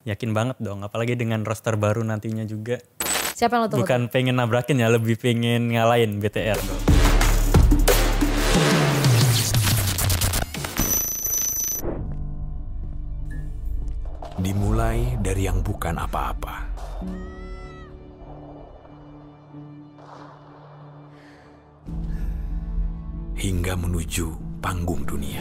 Yakin banget dong, apalagi dengan roster baru nantinya juga. Siapa yang lo tunggu? Bukan pengen nabrakin ya, lebih pengen ngalahin BTR dong. Dimulai dari yang bukan apa-apa. Hingga menuju panggung dunia.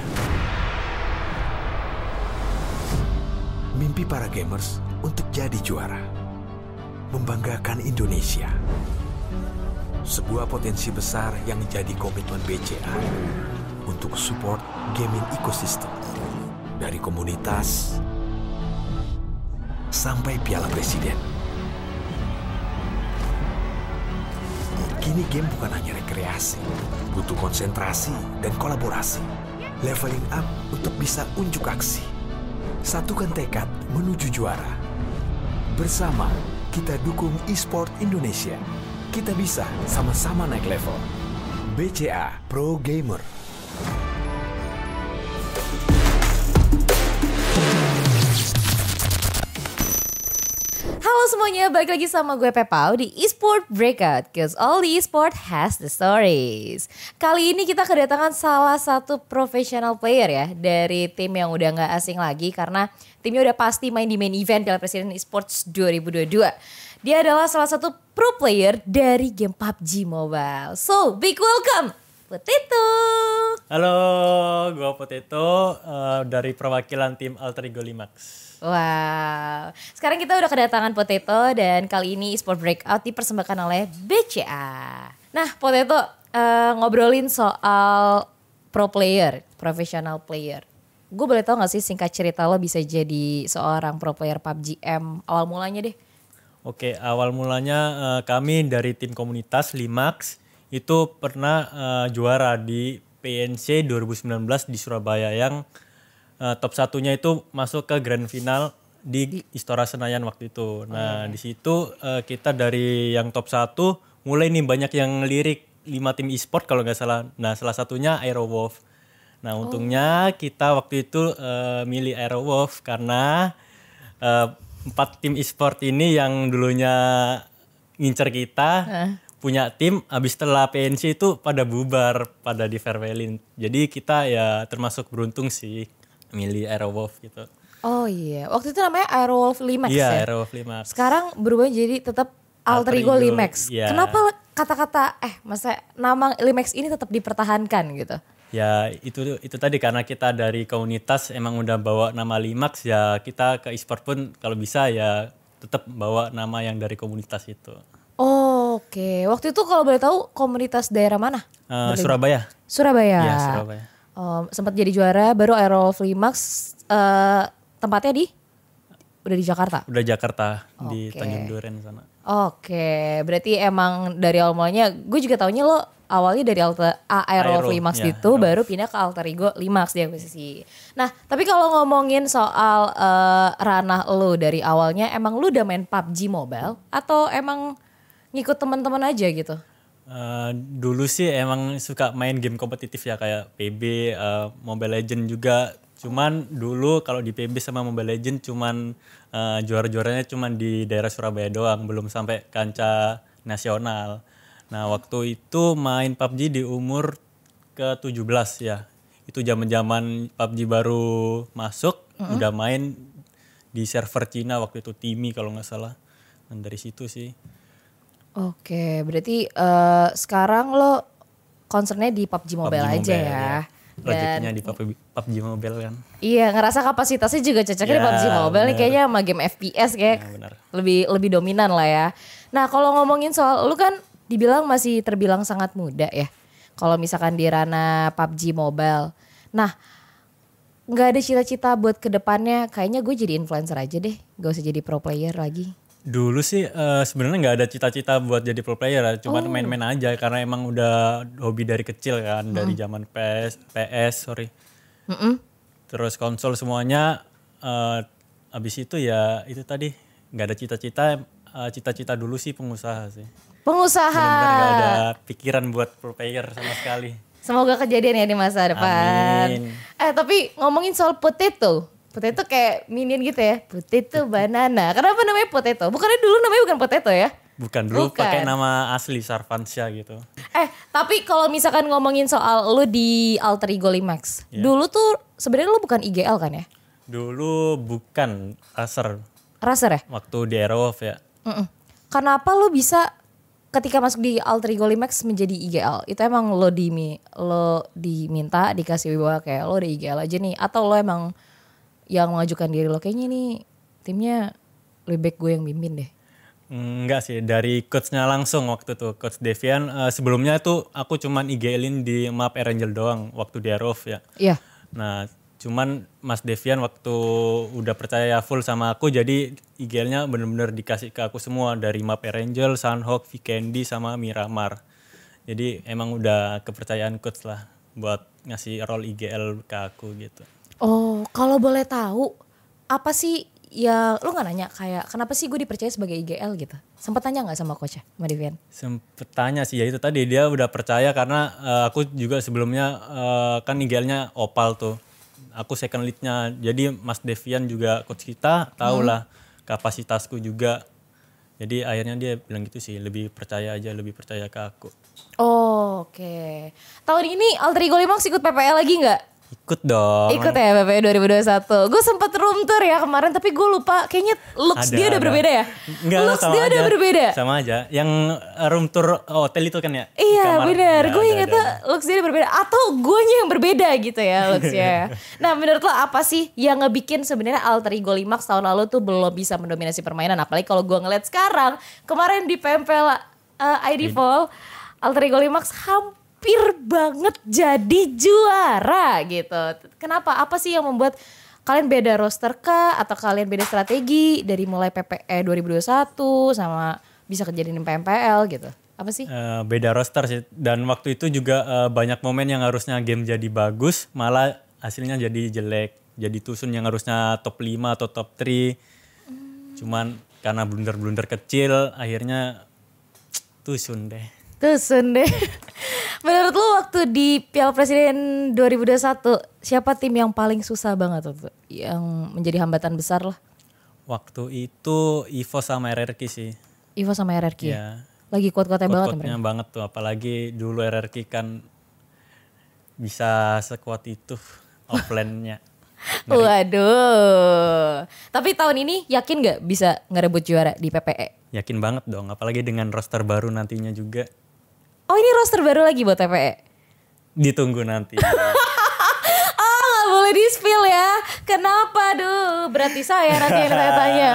Mimpi para gamers untuk jadi juara. Membanggakan Indonesia. Sebuah potensi besar yang menjadi komitmen BCA untuk support gaming ecosystem. Dari komunitas sampai Piala Presiden. Kini game bukan hanya rekreasi, butuh konsentrasi dan kolaborasi. Leveling up untuk bisa unjuk aksi. Satukan tekad menuju juara. Bersama, kita dukung e-sport Indonesia. Kita bisa sama-sama naik level. BCA Pro Gamer. Halo semuanya, balik lagi sama gue Pepau di eSport Breakout, cause all the eSport has the stories. Kali ini kita kedatangan salah satu professional player ya, dari tim yang udah gak asing lagi karena timnya udah pasti main di main event Piala Presiden eSports 2022. Dia adalah salah satu pro player dari game PUBG Mobile. So, big welcome Potato. Halo, gue Potato dari perwakilan tim Alter Ego Limax. Wow, sekarang kita udah kedatangan Potato dan kali ini eSport Breakout dipersembahkan oleh BCA. Nah Potato, ngobrolin soal pro player, professional player. Gue boleh tahu gak sih singkat cerita lo bisa jadi seorang pro player PUBG M, awal mulanya deh? Oke, awal mulanya kami dari tim komunitas Limax itu pernah juara di PNC 2019 di Surabaya yang top satunya itu masuk ke grand final di Istora Senayan waktu itu. Nah di situ kita dari yang top 1 mulai nih banyak yang lirik 5 tim e-sport kalau nggak salah. Nah salah satunya Aerowolf. Nah untungnya kita waktu itu milih Aerowolf karena 4 tim e-sport ini yang dulunya ngincer kita punya tim, habis setelah PNC itu pada bubar, pada di farewellin. Jadi kita ya termasuk beruntung sih milih Aerowolf gitu. Oh iya, waktu itu namanya Aerowolf Limax ya? Iya, Aerowolf Limax. Sekarang berubah jadi tetap Alter Ego Limax. Iya. Kenapa kata-kata masa nama Limax ini tetap dipertahankan gitu? Ya itu tadi karena kita dari komunitas emang udah bawa nama Limax, ya kita ke e-sport pun kalau bisa ya tetap bawa nama yang dari komunitas itu. Oh, oke. Waktu itu kalau boleh tahu komunitas daerah mana? Surabaya. Surabaya. Iya, Surabaya. Sempat jadi juara, baru Aerowolf Limax tempatnya udah di Jakarta? Udah Jakarta, di Oke. Tanjung Duren sana. Oke, berarti emang dari awal mulanya, gue juga taunya lo awalnya dari Aerowolf Aero, Limax ya, gitu, Aero. baru pindah ke Alter Ego Limax di akuisisi. Nah, tapi kalau ngomongin soal ranah lo dari awalnya, emang lo udah main PUBG Mobile atau emang ngikut teman-teman aja gitu? Dulu sih emang suka main game kompetitif ya kayak PB, Mobile Legend juga. Cuman dulu kalau di PB sama Mobile Legend cuman juara-juaranya cuman di daerah Surabaya doang, belum sampai kancah nasional. Nah waktu itu main PUBG di umur ke-17 ya. Itu zaman-zaman PUBG baru masuk, udah main di server Cina waktu itu Timi kalau nggak salah. Dan dari situ sih. Oke, berarti sekarang lo concernnya di PUBG Mobile PUBG aja Mobile, ya. Projeknya di PUBG Mobile kan. Iya, ngerasa kapasitasnya juga cocoknya di Ya, PUBG Mobile nih bener. kayaknya sama game FPS kayak Ya, bener. lebih dominan lah ya. Nah, kalau ngomongin soal lu kan dibilang masih terbilang sangat muda ya. Kalau misalkan di ranah PUBG Mobile. Nah, nggak ada cita-cita buat kedepannya kayaknya gue jadi influencer aja deh. Gak usah jadi pro player lagi. Dulu sih sebenarnya nggak ada cita-cita buat jadi pro player ya, cuma main-main aja karena emang udah hobi dari kecil kan, dari zaman PS, sorry. Terus konsol semuanya, abis itu ya itu tadi nggak ada cita-cita, cita-cita dulu sih pengusaha sih. Pengusaha. Benar-benar nggak ada pikiran buat pro player sama sekali. Semoga kejadian ya di masa depan. Amin. Tapi ngomongin soal Potato. Potato kayak minion gitu ya. Potato banana. Kenapa namanya potato? Bukannya dulu namanya bukan potato ya? Bukan, dulu pakai nama asli Sarvansya gitu. Tapi kalau misalkan ngomongin soal lu di alter ego Limax. Dulu tuh sebenarnya lu bukan IGL kan ya? Dulu bukan Racer. Racer ya? Waktu di Aerowolf ya. Kenapa lu bisa ketika masuk di alter ego Limax menjadi IGL? Itu emang lo diminta dikasih wibawa kayak lo udah IGL aja nih, atau lo emang yang mengajukan diri lo kayaknya nih timnya lebih baik gue yang mimpin deh? Enggak sih, dari coachnya langsung waktu itu, Coach Devian. Sebelumnya tuh aku cuman IGL-in di map Air Angel doang waktu di Aerowolf ya. Iya. Nah, cuman Mas Devian waktu udah percaya full sama aku, jadi IGL-nya bener-bener dikasih ke aku semua dari map Air Angel, Sunhawk, Vikendi, sama Miramar. Jadi emang udah kepercayaan coach lah buat ngasih role IGL ke aku gitu. Oh, kalau boleh tahu apa sih ya, lu nggak nanya kayak kenapa sih gue dipercaya sebagai IGL gitu? Sempet tanya nggak sama coachnya, sama Devian? Sempet tanya sih, ya itu tadi dia udah percaya karena aku juga sebelumnya kan IGL-nya Opal tuh. Aku second lead-nya, jadi Mas Devian juga coach kita tahu lah kapasitasku juga. Jadi akhirnya dia bilang gitu sih, lebih percaya ke aku. Oh, oke. Tahun ini alter ego Limax ikut PPL lagi nggak? Ikut dong. Ikut ya PPL 2021. Gue sempet room tour ya kemarin, tapi gue lupa kayaknya looks dia udah berbeda ya? Enggak, looks sama dia aja. udah berbeda. Sama aja. Yang room tour hotel itu kan ya? Iya Kamar. benar, gue Ada. ingetnya looks dia berbeda. Atau guanya yang berbeda gitu ya looksnya. Nah menurut lo apa sih yang ngebikin sebenarnya alter ego Limax tahun lalu tuh belum bisa mendominasi permainan? Apalagi kalau gue ngeliat sekarang, kemarin di PMPL ID Fall, alter ego Limax hampir banget jadi juara gitu. Kenapa? Apa sih yang membuat kalian beda roster kah? Atau kalian beda strategi dari mulai PPE 2021 sama bisa kejadian di PMPL gitu? Apa sih? Beda roster sih. Dan waktu itu juga banyak momen yang harusnya game jadi bagus, malah hasilnya jadi jelek. Jadi Tusun yang harusnya top 5 atau top 3. Cuman karena blunder-blunder kecil akhirnya Tusun deh. Menurut lo waktu di Piala Presiden 2021 siapa tim yang paling susah banget tuh? Yang menjadi hambatan besar lah? Waktu itu Evo sama RRQ sih. Evo sama RRQ ya? Lagi kuat-kuatnya banget Kuat-kuatnya banget tuh. Apalagi dulu RRQ kan bisa sekuat itu offline-nya. Waduh. Tapi tahun ini yakin gak bisa ngerebut juara di PPE? Yakin banget dong. Apalagi dengan roster baru nantinya juga. Oh ini roster baru lagi buat PPE? Ditunggu nanti. Gak boleh di spill ya. Kenapa duh? Berarti saya nanti yang tanya.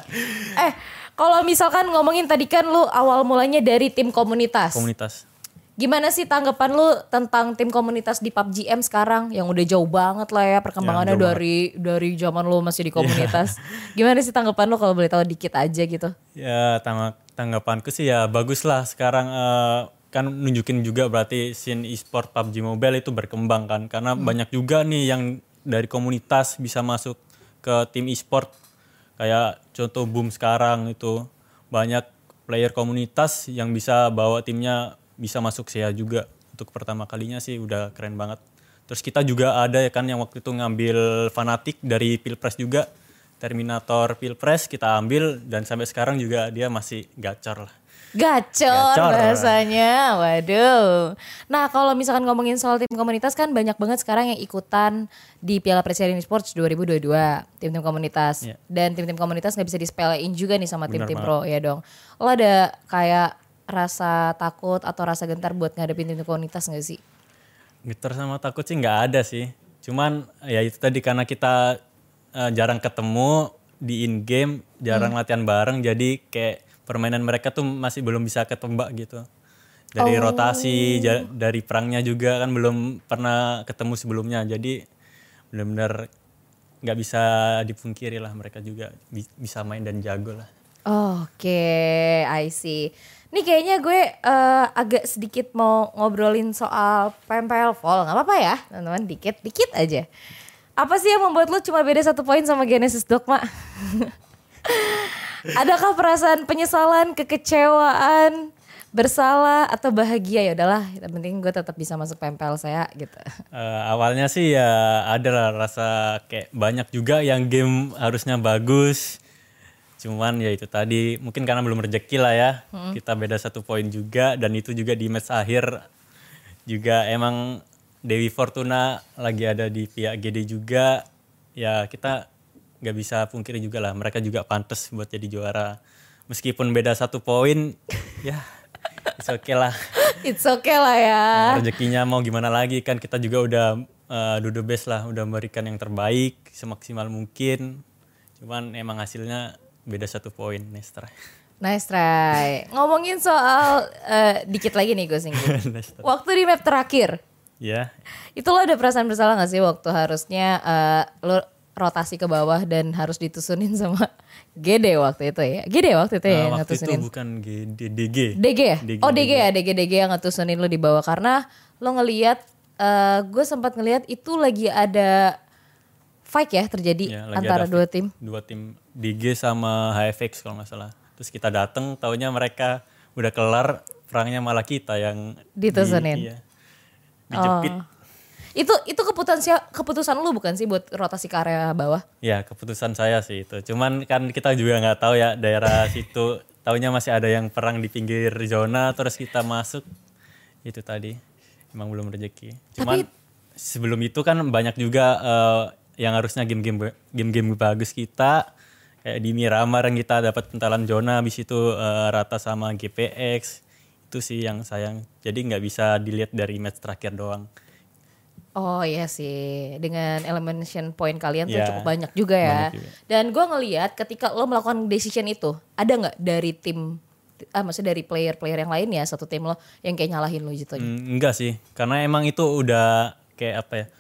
Kalau misalkan ngomongin tadi kan lu awal mulanya dari tim komunitas. Gimana sih tanggapan lu tentang tim komunitas di PUBG M sekarang yang udah jauh banget lah ya perkembangannya dari zaman lu masih di komunitas. Gimana sih tanggapan lu kalau boleh tahu dikit aja gitu? Ya tanggapanku sih ya bagus lah sekarang kan nunjukin juga berarti scene e-sport PUBG Mobile itu berkembang kan. Karena banyak juga nih yang dari komunitas bisa masuk ke tim e-sport. Kayak contoh Boom sekarang itu banyak player komunitas yang bisa bawa timnya bisa masuk SEA juga. Untuk pertama kalinya sih udah keren banget. Terus kita juga ada ya kan yang waktu itu ngambil Fnatic dari Pilpres juga. Terminator Pilpres kita ambil dan sampai sekarang juga dia masih gacor lah. Gacor bahasanya, waduh. Nah kalau misalkan ngomongin soal tim komunitas kan banyak banget sekarang yang ikutan di Piala Presiden Esports 2022. Tim-tim komunitas. Yeah. Dan tim-tim komunitas gak bisa disepelein juga nih sama tim-tim pro ya dong. Lo ada kayak rasa takut atau rasa gentar buat ngadepin tim komunitas gak sih? Gentar sama takut sih gak ada sih. Cuman ya itu tadi karena kita jarang ketemu di in-game, jarang latihan bareng. Jadi kayak permainan mereka tuh masih belum bisa ketebak gitu. Dari rotasi, dari perangnya juga kan belum pernah ketemu sebelumnya. Jadi benar-benar gak bisa dipungkiri lah mereka juga bisa main dan jago lah. Oke, I see. Nih kayaknya gue agak sedikit mau ngobrolin soal PMPL Fall. Gak apa-apa ya teman-teman, dikit aja. Apa sih yang membuat lo cuma beda 1 poin sama Genesis Dogma? Adakah perasaan penyesalan, kekecewaan, bersalah atau bahagia? Ya udahlah, yang penting gue tetap bisa masuk PMPL saya gitu. Awalnya sih ya ada lah rasa kayak banyak juga yang game harusnya bagus. Cuman ya itu tadi mungkin karena belum rezeki lah ya. Kita beda 1 poin juga dan itu juga di match akhir juga emang Dewi Fortuna lagi ada di pihak GD juga. Ya kita nggak bisa pungkiri juga lah mereka juga pantas buat jadi juara. Meskipun beda 1 poin ya it's okay lah. It's okay lah ya. Rezekinya mau gimana lagi kan kita juga udah do the best lah, udah memberikan yang terbaik semaksimal mungkin. Cuman emang hasilnya beda 1 poin, nice try. Nice try. Ngomongin soal dikit lagi nih gue singgung. Nice try. Waktu di map terakhir, Ya, itu lo ada perasaan bersalah gak sih waktu harusnya lo rotasi ke bawah dan harus ditusunin sama GD waktu itu ya? GD waktu itu ya yang waktu itu ngetusunin? bukan GD, DG. DG ya? DG, Oh DG ya, DG yang ngetusunin lo di bawah karena lo ngelihat, gue sempat ngelihat itu lagi ada fight ya terjadi Ya, lagi antara ada dua tim. 2 tim DG sama HFX kalau nggak salah. Terus kita datang, taunya mereka udah kelar, perangnya malah kita yang Ditusunin. dijepit. Itu keputusan lu bukan sih buat rotasi ke area bawah? Ya keputusan saya sih itu. Cuman kan kita juga nggak tahu ya daerah situ. Taunya masih ada yang perang di pinggir zona, terus kita masuk. Itu tadi emang belum rezeki. Cuman sebelum itu kan banyak juga yang harusnya game-game bagus kita. Kayak di Miramar yang kita dapat pentalan zona, habis itu rata sama GPX. Itu sih yang sayang. Jadi nggak bisa dilihat dari match terakhir doang. Oh iya sih, dengan elimination point kalian tuh Ya, cukup banyak juga ya. banyak juga. Dan gue ngelihat ketika lo melakukan decision itu, ada nggak dari tim, maksudnya dari player-player yang lain ya, satu tim lo yang kayak nyalahin lo gitu? Enggak sih, karena emang itu udah kayak apa ya,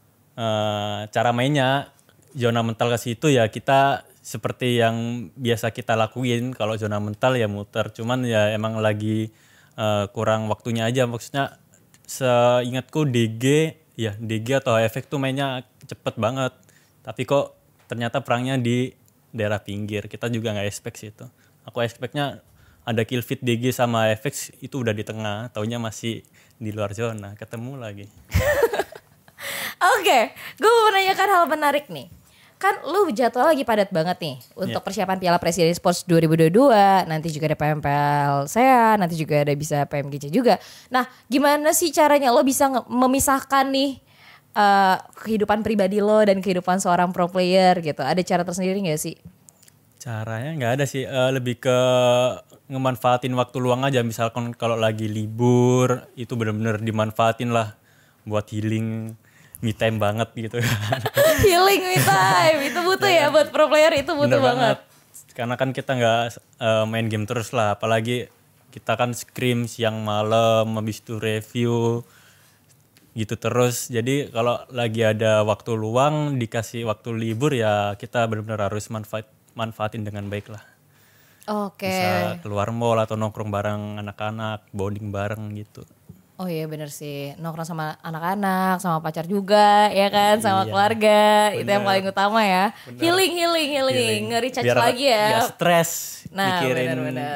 cara mainnya zona mental ke situ ya kita seperti yang biasa kita lakuin. Kalau zona mental ya muter, cuman ya emang lagi kurang waktunya aja. Maksudnya seingatku DG atau efek tuh mainnya cepet banget, tapi kok ternyata perangnya di daerah pinggir. Kita juga nggak expect sih itu. Aku expectnya ada kill feed DG sama FX itu udah di tengah, taunya masih di luar zona, ketemu lagi. Oke, gue mau menanyakan hal menarik nih. Kan lu jadwal lagi padat banget nih untuk persiapan Piala Presiden Sports 2022, nanti juga ada PMPL SEA, nanti juga ada bisa PMGC juga. Nah, gimana sih caranya lo bisa memisahkan nih kehidupan pribadi lo dan kehidupan seorang pro player gitu? Ada cara tersendiri gak sih? Caranya nggak ada sih, lebih ke ngemanfaatin waktu luang aja. Misalkan kalau lagi libur itu benar-benar dimanfaatin lah buat healing, me time banget gitu. Healing me time, itu butuh ya buat pro player, itu butuh Bener banget. Karena kan kita nggak main game terus lah, apalagi kita kan scrim siang malam, habis itu review gitu terus. Jadi kalau lagi ada waktu luang, dikasih waktu libur ya kita benar-benar harus manfaatin dengan baik lah. Oke. Bisa keluar mall atau nongkrong bareng anak-anak, bonding bareng gitu. Oh iya bener sih, nongkrong sama anak-anak, sama pacar juga ya kan, sama Iya, keluarga, itu yang bener. paling utama ya. Healing, nge-recharge Biar lagi ya. nggak stres Nah mikirin. benar-benar.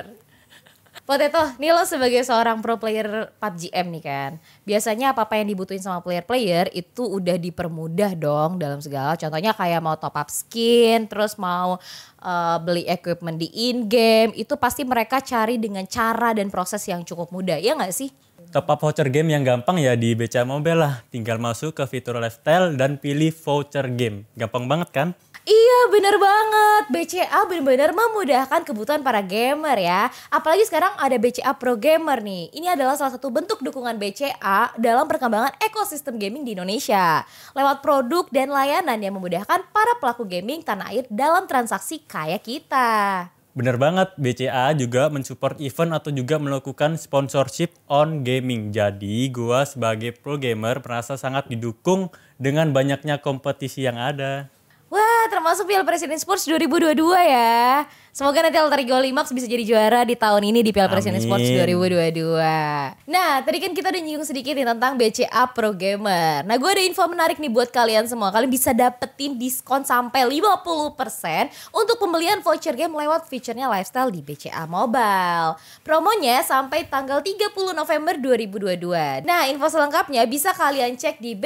Potato, nih lo sebagai seorang pro player PUBG M nih kan, biasanya apa-apa yang dibutuhin sama player-player itu udah dipermudah dong dalam segala. Contohnya kayak mau top up skin, terus mau beli equipment di in-game, itu pasti mereka cari dengan cara dan proses yang cukup mudah, ya gak sih? Top up voucher game yang gampang ya di BCA Mobile lah. Tinggal masuk ke fitur lifestyle dan pilih voucher game. Gampang banget kan? Iya bener banget, BCA benar-benar memudahkan kebutuhan para gamer ya. Apalagi sekarang ada BCA Pro Gamer nih. Ini adalah salah satu bentuk dukungan BCA dalam perkembangan ekosistem gaming di Indonesia. Lewat produk dan layanan yang memudahkan para pelaku gaming tanah air dalam transaksi kayak kita. Bener banget, BCA juga mensupport event atau juga melakukan sponsorship on gaming. Jadi gua sebagai pro gamer merasa sangat didukung dengan banyaknya kompetisi yang ada. Wah, termasuk Piala Presiden Sports 2022 ya. Semoga nanti Alter Ego Limax bisa jadi juara di tahun ini di Piala Presiden Amin. Esports 2022. Nah, tadi kan kita udah nyinggung sedikit nih tentang BCA Pro Gamer. Nah, gue ada info menarik nih buat kalian semua. Kalian bisa dapetin diskon sampai 50% untuk pembelian voucher game lewat fiturnya Lifestyle di BCA Mobile. Promonya sampai tanggal 30 November 2022. Nah, info selengkapnya bisa kalian cek di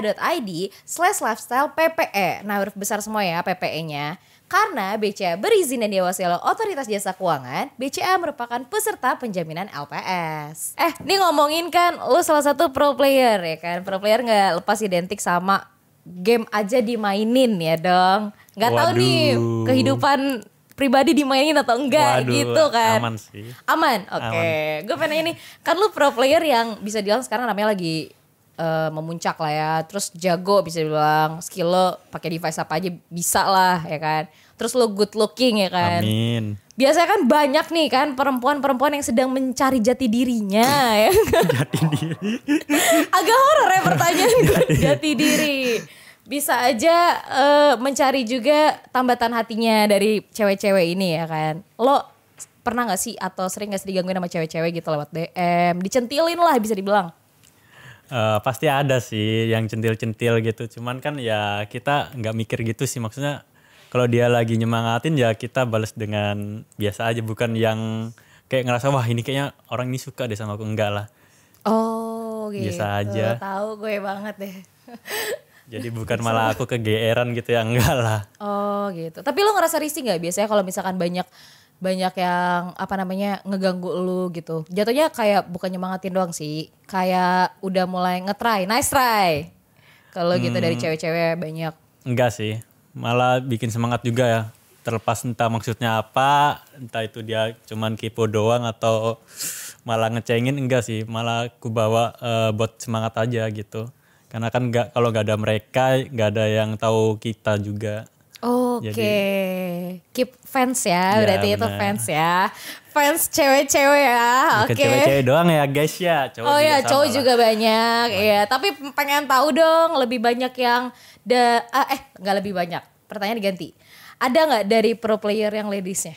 bca.id/lifestyle-ppe. Nah, huruf besar semua ya PPE-nya. Karena BCA berizin dan diawasi oleh Otoritas Jasa Keuangan, BCA merupakan peserta penjaminan LPS. Nih ngomongin kan lu salah satu pro player ya kan. Pro player gak lepas identik sama game aja dimainin ya dong. Gak tahu nih kehidupan pribadi dimainin atau enggak. Waduh, gitu kan. aman sih. Aman, oke. Gue pengen ini, kan lu pro player yang bisa dibilang sekarang namanya lagi memuncak lah ya. Terus jago bisa dibilang, skill lo pakai device apa aja bisa lah ya kan. Terus lo good looking ya kan. Amin. Biasanya kan banyak nih kan perempuan-perempuan yang sedang mencari jati dirinya ya kan. Jati diri. Agak horor ya pertanyaan jati diri. Bisa aja mencari juga tambatan hatinya dari cewek-cewek ini ya kan. Lo pernah gak sih atau sering gak sih digangguin sama cewek-cewek gitu lewat DM. Dicentilin lah bisa dibilang. Pasti ada sih yang centil-centil gitu. Cuman kan ya kita nggak mikir gitu sih. Maksudnya kalau dia lagi nyemangatin ya kita balas dengan biasa aja. Bukan yang kayak ngerasa wah ini kayaknya orang ini suka deh sama aku. Enggak lah. Oh gitu. Biasa aja. Tahu gue banget deh. Jadi bukan malah aku kegeeran gitu ya. Enggak lah. Oh gitu. Tapi lo ngerasa risih gak biasanya kalau misalkan banyak yang ngeganggu lu gitu. Jatuhnya kayak bukan nyemangatin doang sih. Kayak udah mulai nge-try, nice try. Kalau gitu dari cewek-cewek banyak. Enggak sih. Malah bikin semangat juga ya. Terlepas entah maksudnya apa. Entah itu dia cuman kepo doang atau malah ngecengin. Enggak sih. Malah aku bawa buat semangat aja gitu. Karena kan kalau gak ada mereka gak ada yang tahu kita juga. Oke. Keep fans ya, berarti bener. itu fans ya. Fans cewek-cewek ya. Bukan Oke. cewek-cewek doang ya guys ya. Cowok Oh juga ya, sama cowok lah. juga banyak. Iya, tapi pengen tahu dong lebih banyak yang nggak lebih banyak. Pertanyaan diganti. Ada nggak dari pro player yang ladiesnya?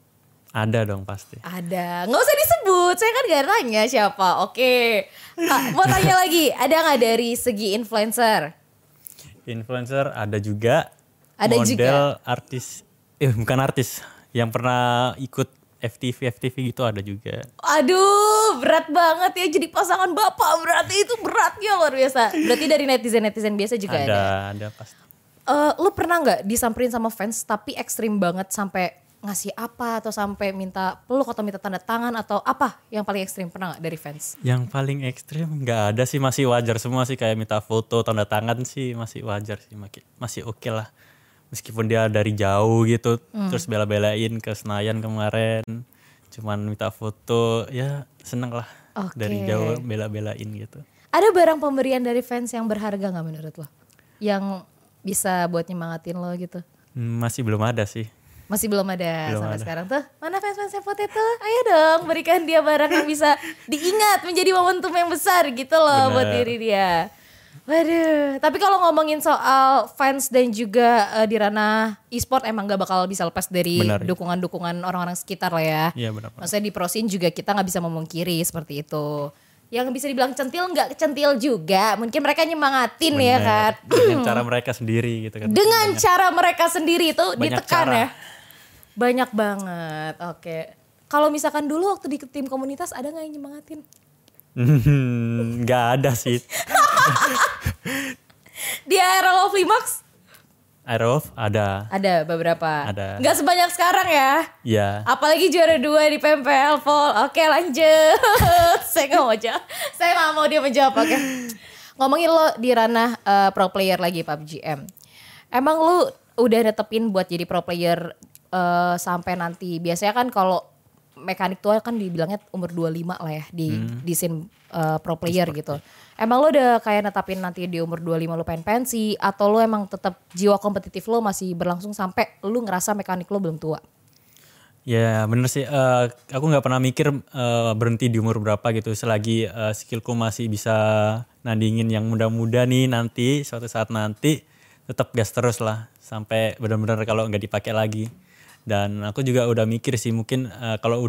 Ada dong pasti. Ada. Nggak usah disebut. Saya kan gak tanya siapa. Oke. Mau tanya lagi. Ada nggak dari segi influencer? Influencer ada juga. Ada model juga. artis. Bukan artis. Yang pernah ikut FTV gitu ada juga. Aduh, berat banget ya jadi pasangan bapak. Berarti itu beratnya luar biasa. Berarti dari netizen biasa juga ada. Ada pasti. Lu pernah nggak disamperin sama fans tapi ekstrim banget sampai ngasih apa atau sampai minta peluk atau minta tanda tangan atau apa yang paling ekstrim pernah nggak dari fans? Yang paling ekstrim nggak ada sih, masih wajar semua sih, kayak minta foto tanda tangan sih masih wajar sih, masih oke lah. Meskipun dia dari jauh gitu, terus bela-belain ke Senayan kemarin, cuman minta foto, ya seneng lah. Oke. Dari jauh bela-belain gitu. Ada barang pemberian dari fans yang berharga nggak menurut lo? Yang bisa buat nyemangatin lo gitu? Masih belum ada sih. Masih belum ada Belum sampai ada. sekarang tuh. Mana fans-fans yang potato? Ayo dong berikan dia barang yang bisa diingat menjadi momentum yang besar gitu loh. Bener. Buat diri dia. Waduh, tapi kalau ngomongin soal fans dan juga di ranah e-sport emang gak bakal bisa lepas dari Bener. dukungan-dukungan orang-orang sekitar lah ya. Iya benar. Maksudnya di prosin juga kita gak bisa memungkiri seperti itu. Yang bisa dibilang centil gak centil juga. Mungkin mereka nyemangatin ya kan. Dengan cara mereka sendiri gitu kan. Dengan cara mereka sendiri itu Banyak ditekan cara. ya. Banyak banget, oke. Kalau misalkan dulu waktu di tim komunitas ada gak yang nyemangatin? Nggak ada sih. Di era Love Limax? Aerof ada. Ada beberapa. Ada. Gak sebanyak sekarang ya. Iya. Apalagi juara 2 di PMPL Vol. Oke lanjut. Saya gak mau jawab. Saya gak mau dia menjawab, oke. Ngomongin lo di ranah pro player lagi PUBG M. Emang lu udah netepin buat jadi pro player sampai nanti? Biasanya kan kalau mekanik tua kan dibilangnya umur 25 lah ya di scene pro player gitu. Emang lo udah kayak netapin nanti di umur 25 lo pengen pensi atau lo emang tetap jiwa kompetitif lo masih berlangsung sampai lo ngerasa mekanik lo belum tua? Ya bener sih, aku nggak pernah mikir berhenti di umur berapa gitu, selagi skillku masih bisa nandingin yang muda-muda nih nanti, suatu saat nanti tetap gas terus lah sampai benar-benar kalau nggak dipakai lagi. Dan aku juga udah mikir sih mungkin kalau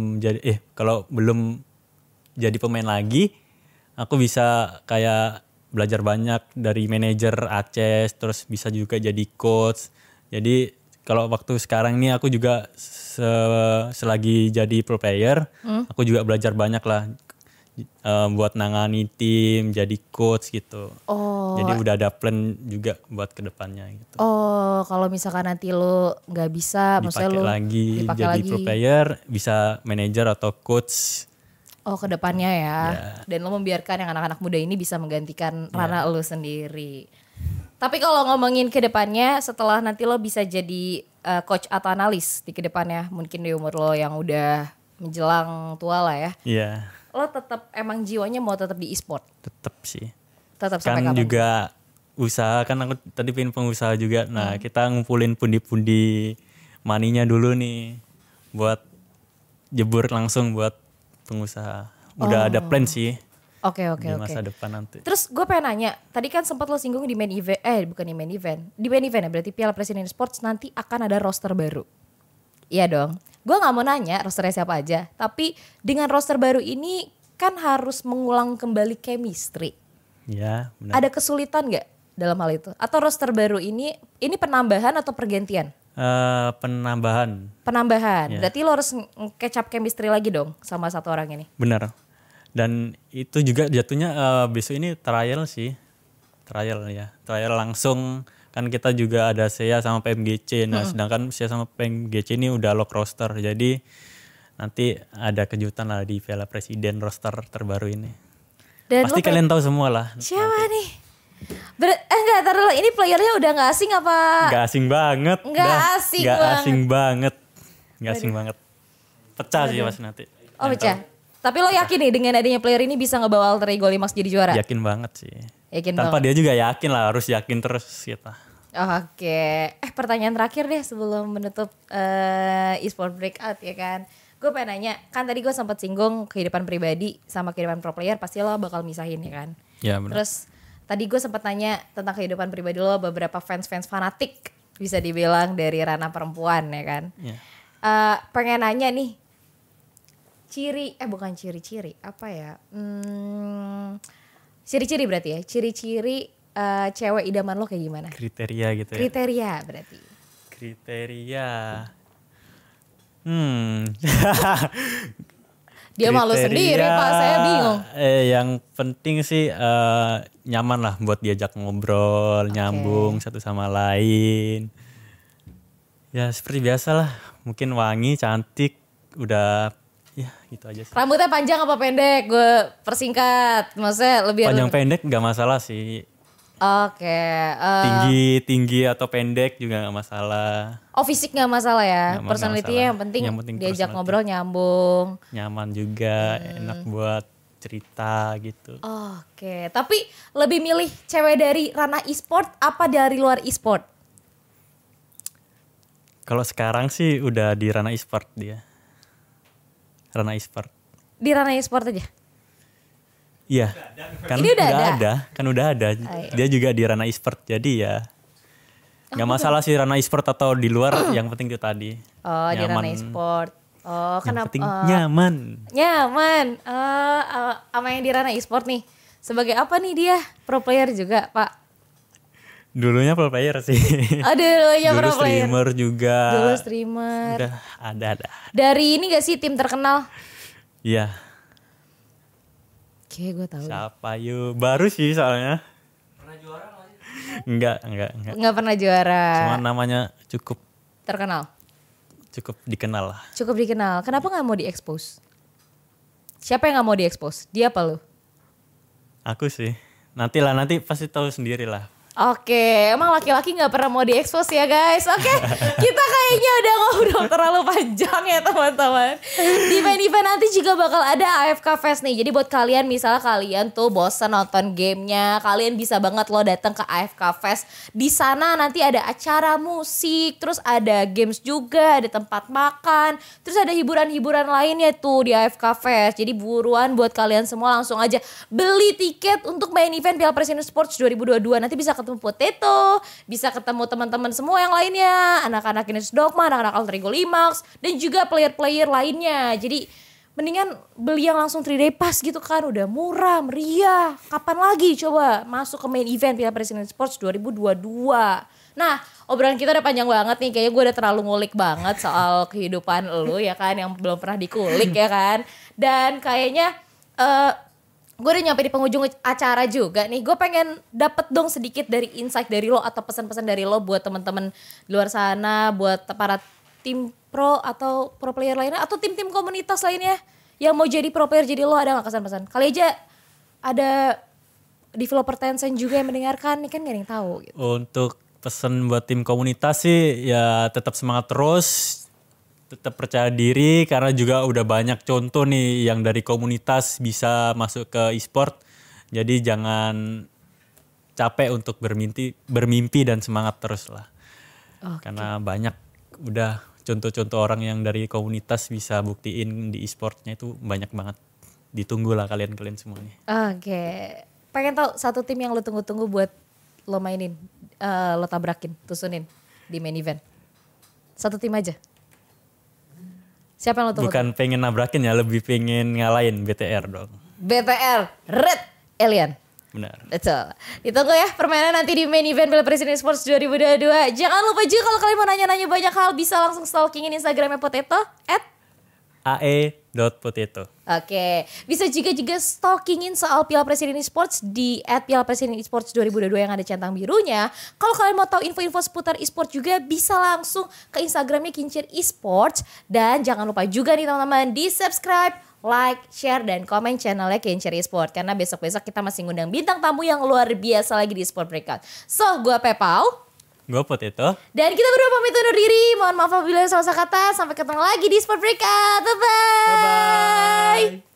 belum jadi pemain lagi, aku bisa kayak belajar banyak dari manajer Aces, terus bisa juga jadi coach. Jadi kalau waktu sekarang ini aku juga selagi jadi pro player, aku juga belajar banyak lah buat nangani tim, jadi coach gitu. Jadi udah ada plan juga buat kedepannya gitu. Oh, kalau misalkan nanti lo nggak bisa, maksudnya lo dipakai lagi pro player, bisa manajer atau coach. Oh, kedepannya ya. Dan lo membiarkan yang anak-anak muda ini bisa menggantikan Rana lo sendiri. Tapi kalau ngomongin kedepannya, setelah nanti lo bisa jadi coach atau analis di kedepannya, mungkin di umur lo yang udah menjelang tua lah ya. Iya. Lo tetap emang jiwanya mau tetap di e-sport? Tetap sih. Tetap Kan sampai kapan? juga usaha, kan aku tadi pengen pengusaha juga. Nah kita ngumpulin pundi-pundi maninya dulu nih buat jebur langsung buat pengusaha. Udah ada plan sih Oke. di masa depan nanti. Terus gue pengen nanya, tadi kan sempat lo singgung di main event, bukan di main event. Di main event ya, berarti Piala Presiden Sports nanti akan ada roster baru. Iya dong. Gue gak mau nanya rosternya siapa aja, tapi dengan roster baru ini kan harus mengulang kembali chemistry. Ya, benar. Ada kesulitan gak dalam hal itu? Atau roster baru ini penambahan atau pergantian? Penambahan. Penambahan, berarti lo harus catch up chemistry lagi dong sama satu orang ini. Benar. Dan itu juga jatuhnya besok ini trial sih. Trial ya. Trial langsung. Kan kita juga ada SEA sama PMGC. Nah sedangkan SEA sama PMGC ini udah lock roster. Jadi nanti ada kejutan lah di Piala Presiden roster terbaru ini. Dan pasti kalian tahu semua lah. Siapa nih? Enggak, taruh dulu. Ini playernya udah gak asing apa? Gak asing banget. Gak asing gak banget. asing banget. Gak asing banget. Pecah sih pas nanti. Oh pecah. Tapi lo yakin nih dengan adanya player ini bisa ngebawa Alter Ego Limax jadi juara? Yakin banget sih. Yakin Tanpa banget. dia juga yakin lah, harus yakin terus kita. Oke. Pertanyaan terakhir deh sebelum menutup e-sport breakout ya kan. Gue pengen nanya, kan tadi gue sempat singgung kehidupan pribadi sama kehidupan pro player pasti lo bakal misahin ya kan. Ya benar. Terus tadi gue sempat nanya tentang kehidupan pribadi lo, beberapa fans-fans fanatik bisa dibilang dari ranah perempuan ya kan. Ya. Pengen nanya nih, bukan ciri-ciri, apa ya? Ciri-ciri berarti ya, ciri-ciri cewek idaman lo kayak gimana? Kriteria gitu ya. Kriteria berarti. Kriteria. Dia malu sendiri Pak, saya bingung. Yang penting sih nyaman lah buat diajak ngobrol, nyambung satu sama lain. Ya seperti biasa lah, mungkin wangi, cantik, udah ya gitu aja sih. Rambutnya panjang apa pendek? Gue persingkat, maksudnya lebih Panjang pendek gak masalah sih. Oke. Tinggi atau pendek juga gak masalah. Oh fisik gak masalah ya, Nggak personality-nya yang penting diajak personality. ngobrol nyambung. Nyaman juga, enak buat cerita gitu. Oke, tapi lebih milih cewek dari ranah e-sport apa dari luar e-sport? Kalau sekarang sih udah di ranah e-sport dia. Ranah e-sport. Di ranah e-sport aja? Iya. Kan Ini udah ada? Kan udah ada. Dia juga di ranah e-sport. Jadi ya nggak masalah sih ranah e-sport atau di luar, yang penting itu tadi. Oh, di ranah e-sport. Oh, Yang kenapa? penting nyaman. Nyaman. Sama yang di ranah e-sport nih. Sebagai apa nih dia? Pro player juga, Pak? Dulunya pro player sih. Aduh, ya Dulu pro player. streamer juga. Dulu streamer. Udah ada. Dari ini gak sih tim terkenal? Iya. Oke, gue tahu. Siapa yuk? Baru sih soalnya. Pernah juara gak sih? Enggak. Nggak pernah juara. Cuma namanya cukup Terkenal. dikenal lah. Cukup dikenal. Kenapa nggak mau diekspos? Siapa yang nggak mau diekspos? Dia apa lu? Aku sih. Nanti pasti tahu sendiri lah. Oke, emang laki-laki nggak pernah mau diekspos ya guys. Oke, kita kayaknya udah ngobrol terlalu panjang ya teman-teman. Di main event nanti juga bakal ada AFK Fest nih. Jadi buat kalian misalnya kalian tuh bosan nonton gamenya, kalian bisa banget lo datang ke AFK Fest. Di sana nanti ada acara musik, terus ada games juga, ada tempat makan, terus ada hiburan-hiburan lainnya tuh di AFK Fest. Jadi buruan buat kalian semua langsung aja beli tiket untuk main event Piala Presiden Sports 2022. Nanti bisa ketemu ketemu Potato, bisa ketemu teman-teman semua yang lainnya, anak-anak Ines Dogma, anak-anak Alter Ego Limax, dan juga player-player lainnya. Jadi mendingan beli yang langsung 3-day pass gitu kan, udah murah, meriah. Kapan lagi coba masuk ke main event Piala Presiden Esports 2022. Nah, obrolan kita udah panjang banget nih. Kayaknya gue udah terlalu ngulik banget soal kehidupan lu ya kan, yang belum pernah dikulik ya kan. Dan kayaknya gue udah nyampe di penghujung acara juga nih. Gue pengen dapet dong sedikit dari insight dari lo atau pesan-pesan dari lo buat teman-teman di luar sana, buat para tim pro atau pro player lainnya atau tim-tim komunitas lainnya yang mau jadi pro player jadi lo, ada gak kesan-pesan? Kali aja ada developer Tencent juga yang mendengarkan nih kan, gak ada yang tahu gitu. Untuk pesan buat tim komunitas sih ya tetap semangat terus, tetap percaya diri karena juga udah banyak contoh nih yang dari komunitas bisa masuk ke e-sport. Jadi jangan capek untuk bermimpi dan semangat terus lah. Karena banyak udah contoh-contoh orang yang dari komunitas bisa buktiin di e-sportnya itu banyak banget. Ditunggu lah kalian-kalian semuanya. Oke. Pengen tahu satu tim yang lo tunggu-tunggu buat lo mainin, lo tabrakin, tusunin di main event. Satu tim aja. Siapa yang lo tunggu? Bukan pengen nabrakin ya, lebih pengen ngalahin BTR dong. BTR, Red Alien. Benar. Betul. Ditunggu ya permainan nanti di main event Piala Presiden Esports 2022. Jangan lupa juga kalau kalian mau nanya-nanya banyak hal bisa langsung stalkingin Instagramnya Potato @ae.potato. Oke, bisa juga stalkingin soal Piala Presiden Esports di @pialapresiden esports 2022 yang ada centang birunya. Kalau kalian mau tahu info-info seputar esports juga bisa langsung ke Instagramnya Kincir Esports. Dan jangan lupa juga nih teman-teman di subscribe, like, share, dan komen channelnya Kincir Esports. Karena besok-besok kita masih ngundang bintang tamu yang luar biasa lagi di Esport Breakout. So, gue Pepau. Gue Potato. Dan kita berdua pamit undur diri. Mohon maaf apabila ada salah kata. Sampai ketemu lagi di Sport Breakout. Bye-bye. Bye-bye.